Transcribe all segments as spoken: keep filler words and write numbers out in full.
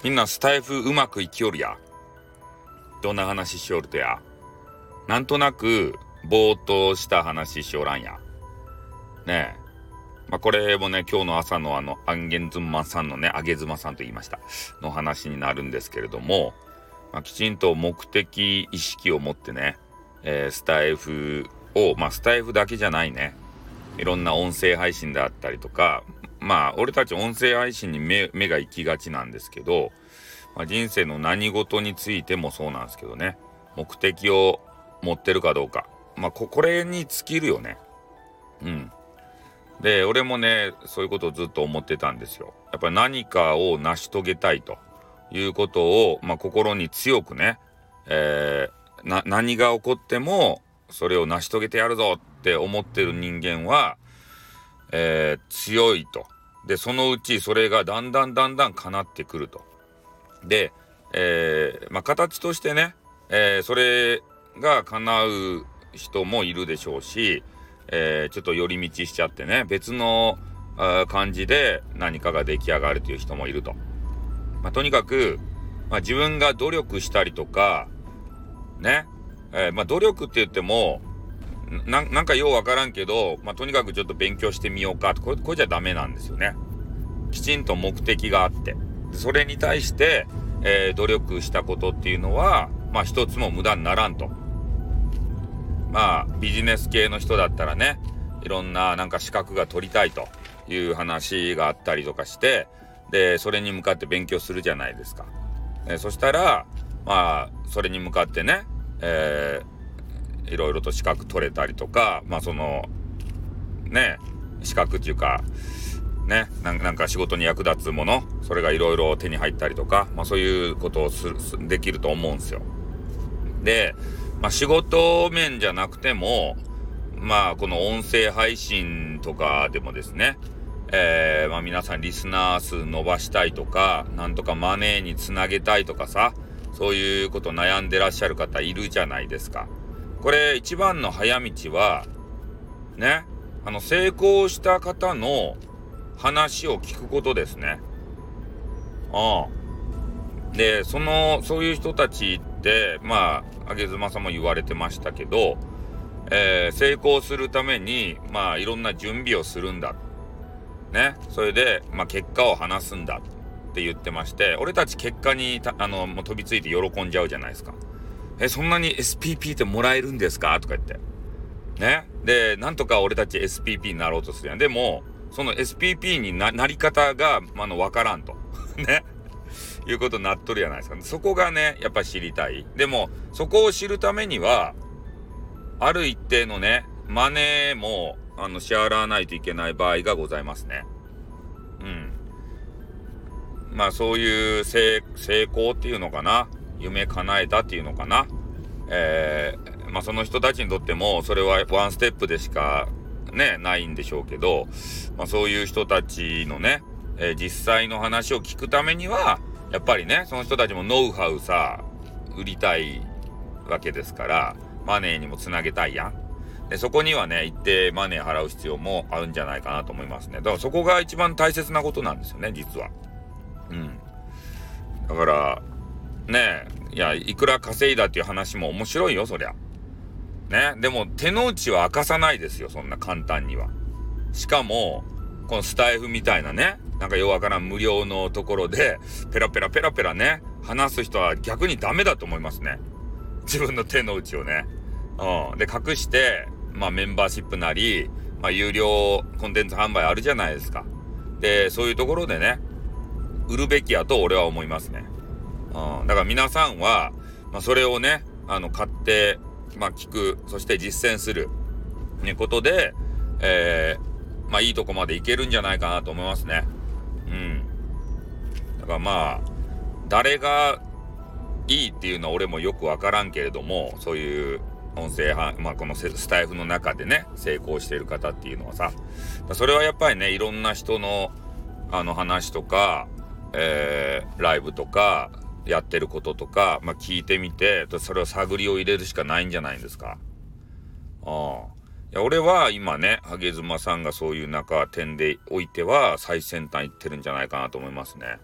みんなスタイフうまくいきよるや。どんな話しよるとや。なんとなくぼーっとした話しよらんや。ねえ。まあこれもね、今日の朝のあのアンゲンズンマさんのね、あげずまさんと言いましたの話になるんですけれども、まあ、きちんと目的意識を持ってね、えー、スタイフを、まあスタイフだけじゃないね。いろんな音声配信であったりとか、まあ俺たち音声配信に 目, 目が行きがちなんですけど、まあ、人生の何事についてもそうなんですけどね、目的を持ってるかどうか、まあ こ, これに尽きるよね。うんで俺もね、そういうことをずっと思ってたんですよ。やっぱり何かを成し遂げたいということを、まあ、心に強くね、えー、な何が起こってもそれを成し遂げてやるぞって思ってる人間は、えー、強いと。でそのうちそれがだんだんだんだん叶ってくると。で、えー、まあ形としてね、えー、それが叶う人もいるでしょうし、えー、ちょっと寄り道しちゃってね、別の感じで何かが出来上がるという人もいると。まあ、とにかく、まあ、自分が努力したりとかね、えー、まあ努力って言ってもななんかようわからんけど、まあ、とにかくちょっと勉強してみようかと、これ、これじゃダメなんですよね。きちんと目的があって、それに対して、えー、努力したことっていうのは、まあ一つも無駄にならんと。まあビジネス系の人だったらね、いろんななんか資格が取りたいという話があったりとかして、でそれに向かって勉強するじゃないですか。えそしたらまあそれに向かってね、えー、いろいろと資格取れたりとか、まあそのね資格っていうかね、なんか仕事に役立つもの、それがいろいろ手に入ったりとか、まあそういうことをするできると思うんですよ。でまあ仕事面じゃなくても、まあこの音声配信とかでもですね、えー、まあ皆さんリスナー数伸ばしたいとか、なんとかマネーにつなげたいとかさ、そういうこと悩んでらっしゃる方いるじゃないですか。これ一番の早道はね、あの成功した方の話を聞くことですね。ああ。で、そのそういう人たちってまああげずまさんも言われてましたけど、えー、成功するためにまあいろんな準備をするんだね。それでまあ結果を話すんだって言ってまして、俺たち結果にたあのもう飛びついて喜んじゃうじゃないですか。えそんなに エスピーピー ってもらえるんですかとか言ってね。でなんとか俺たち エスピーピー になろうとするやん。でもその エスピーピー に な, なり方があの分からんとねいうことになっとるじゃないですか。そこがねやっぱり知りたい。でもそこを知るためにはある一定のねマネーもあの支払わないといけない場合がございますね。うんまあそういう成功っていうのかな、夢叶えたっていうのかな、えー、まあその人たちにとってもそれはワンステップでしかねないんでしょうけど、まあ、そういう人たちのね、えー、実際の話を聞くためにはやっぱりねその人たちもノウハウさ売りたいわけですから、マネーにもつなげたいやん。でそこにはね一定マネー払う必要もあるんじゃないかなと思いますね。だからそこが一番大切なことなんですよね実は。うんだからねえ、いやいくら稼いだっていう話も面白いよそりゃね。でも手の内は明かさないですよそんな簡単には。しかもこのスタイフみたいなね、なんかようわからん無料のところでペラペラペラペラね話す人は逆にダメだと思いますね。自分の手の内をね、うん、で隠してまあメンバーシップなり、まあ、有料コンテンツ販売あるじゃないですか。でそういうところでね売るべきやと俺は思いますね。うん、だから皆さんは、まあ、それをねあの買って、まあ、聞く、そして実践する、ね、ことで、えー、まあいいとこまでいけるんじゃないかなと思いますね。うんだからまあ誰がいいっていうのは俺もよくわからんけれども、そういう音声はまあこのスタイフの中でね成功している方っていうのはさ、それはやっぱりねいろんな人のあの話とか、えー、ライブとかやってることとか、まあ、聞いてみてそれを探りを入れるしかないんじゃないんですか。ああいや俺は今ねハゲズマさんがそういう中点でおいては最先端行ってるんじゃないかなと思いますね。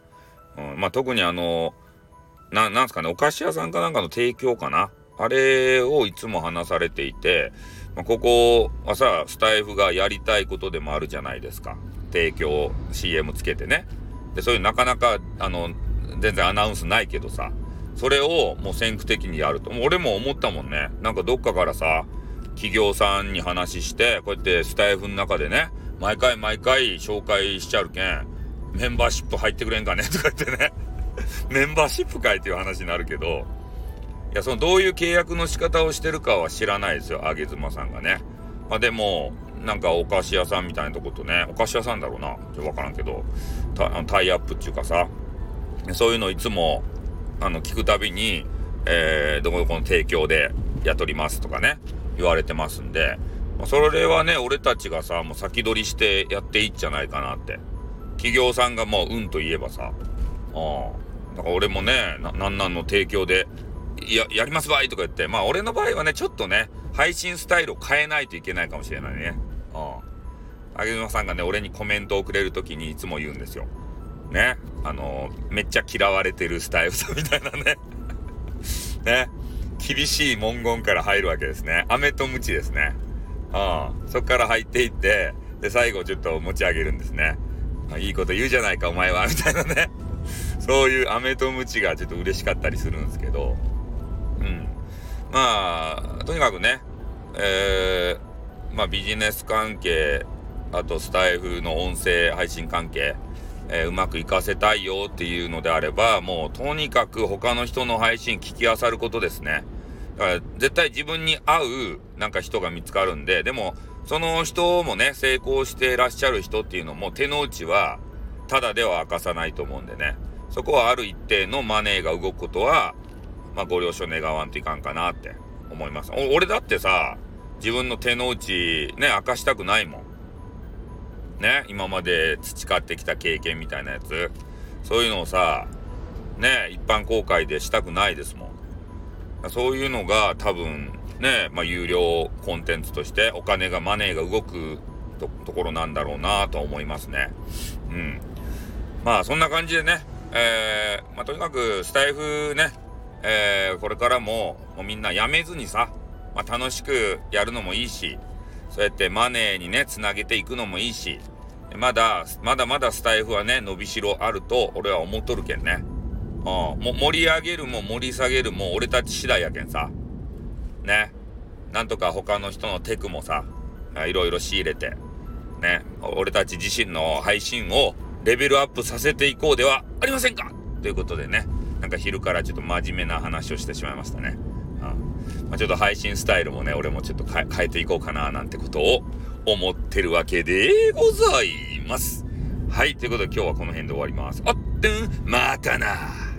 うん、まあ特にあのななんすかね、お菓子屋さんかなんかの提供かな、あれをいつも話されていて、まあ、ここはさスタイフがやりたいことでもあるじゃないですか。提供 シーエム つけてね。でそういうなかなかあの全然アナウンスないけどさ、それをもう先駆的にやると。俺も思ったもんね。なんかどっかからさ企業さんに話してこうやってスタイフの中でね毎回毎回紹介しちゃうけんメンバーシップ入ってくれんかねとか言ってねメンバーシップかいっていう話になるけど、いやそのどういう契約の仕方をしてるかは知らないですよ、あげずまさんがね。まあでもなんかお菓子屋さんみたいなとことね、お菓子屋さんだろうな、ちょっとわからんけど、タ, タイアップっていうかさ、そういうのいつもあの聞くたびに、えー、どこどこの提供で雇りますとかね言われてますんで、まあ、それはね俺たちがさもう先取りしてやっていいんじゃないかなって。企業さんがもううんと言えばさ、あだから俺もねななんなんの提供でややりますばいとか言って、まあ俺の場合はねちょっとね配信スタイルを変えないといけないかもしれないね。あげずまさんがね俺にコメントをくれるときにいつも言うんですよね。あのー、めっちゃ嫌われてるスタイルさんみたいなねね、厳しい文言から入るわけですね。飴とムチですね。ああそっから入っていって、で最後ちょっと持ち上げるんですね。いいこと言うじゃないかお前はみたいなねそういう飴とムチがちょっと嬉しかったりするんですけど、うんまあとにかくね、えー、まあビジネス関係、あとスタイフの音声配信関係、えー、うまくいかせたいよっていうのであれば、もうとにかく他の人の配信聞き漁ることですね。だから絶対自分に合うなんか人が見つかるんで、でもその人もね成功してらっしゃる人っていうのも手の内はただでは明かさないと思うんでね、そこはある一定のマネーが動くことはまあご了承願わんといかんかなって思います。お俺だってさ自分の手の内ね明かしたくないもんね。今まで培ってきた経験みたいなやつ、そういうのをさね一般公開でしたくないですもん。そういうのが多分ねまあ有料コンテンツとしてお金がマネーが動く と, ところなんだろうなと思いますね。うんまあそんな感じでね、えー、まあとにかくスタイフね、えー、これからももうみんなやめずにさ、まあ、楽しくやるのもいいし、そうやってマネーにねつなげていくのもいいし、まだまだまだスタイフはね伸びしろあると俺は思っとるけんね。うん、もう盛り上げるも盛り下げるも俺たち次第やけんさね。なんとか他の人のテクもさいろいろ仕入れてね、俺たち自身の配信をレベルアップさせていこうではありませんかということでね、なんか昼からちょっと真面目な話をしてしまいましたね。うんまあ、ちょっと配信スタイルもね俺もちょっと変えていこうかななんてことを思ってるわけでございます。はいということで今日はこの辺で終わります。あってんまたな。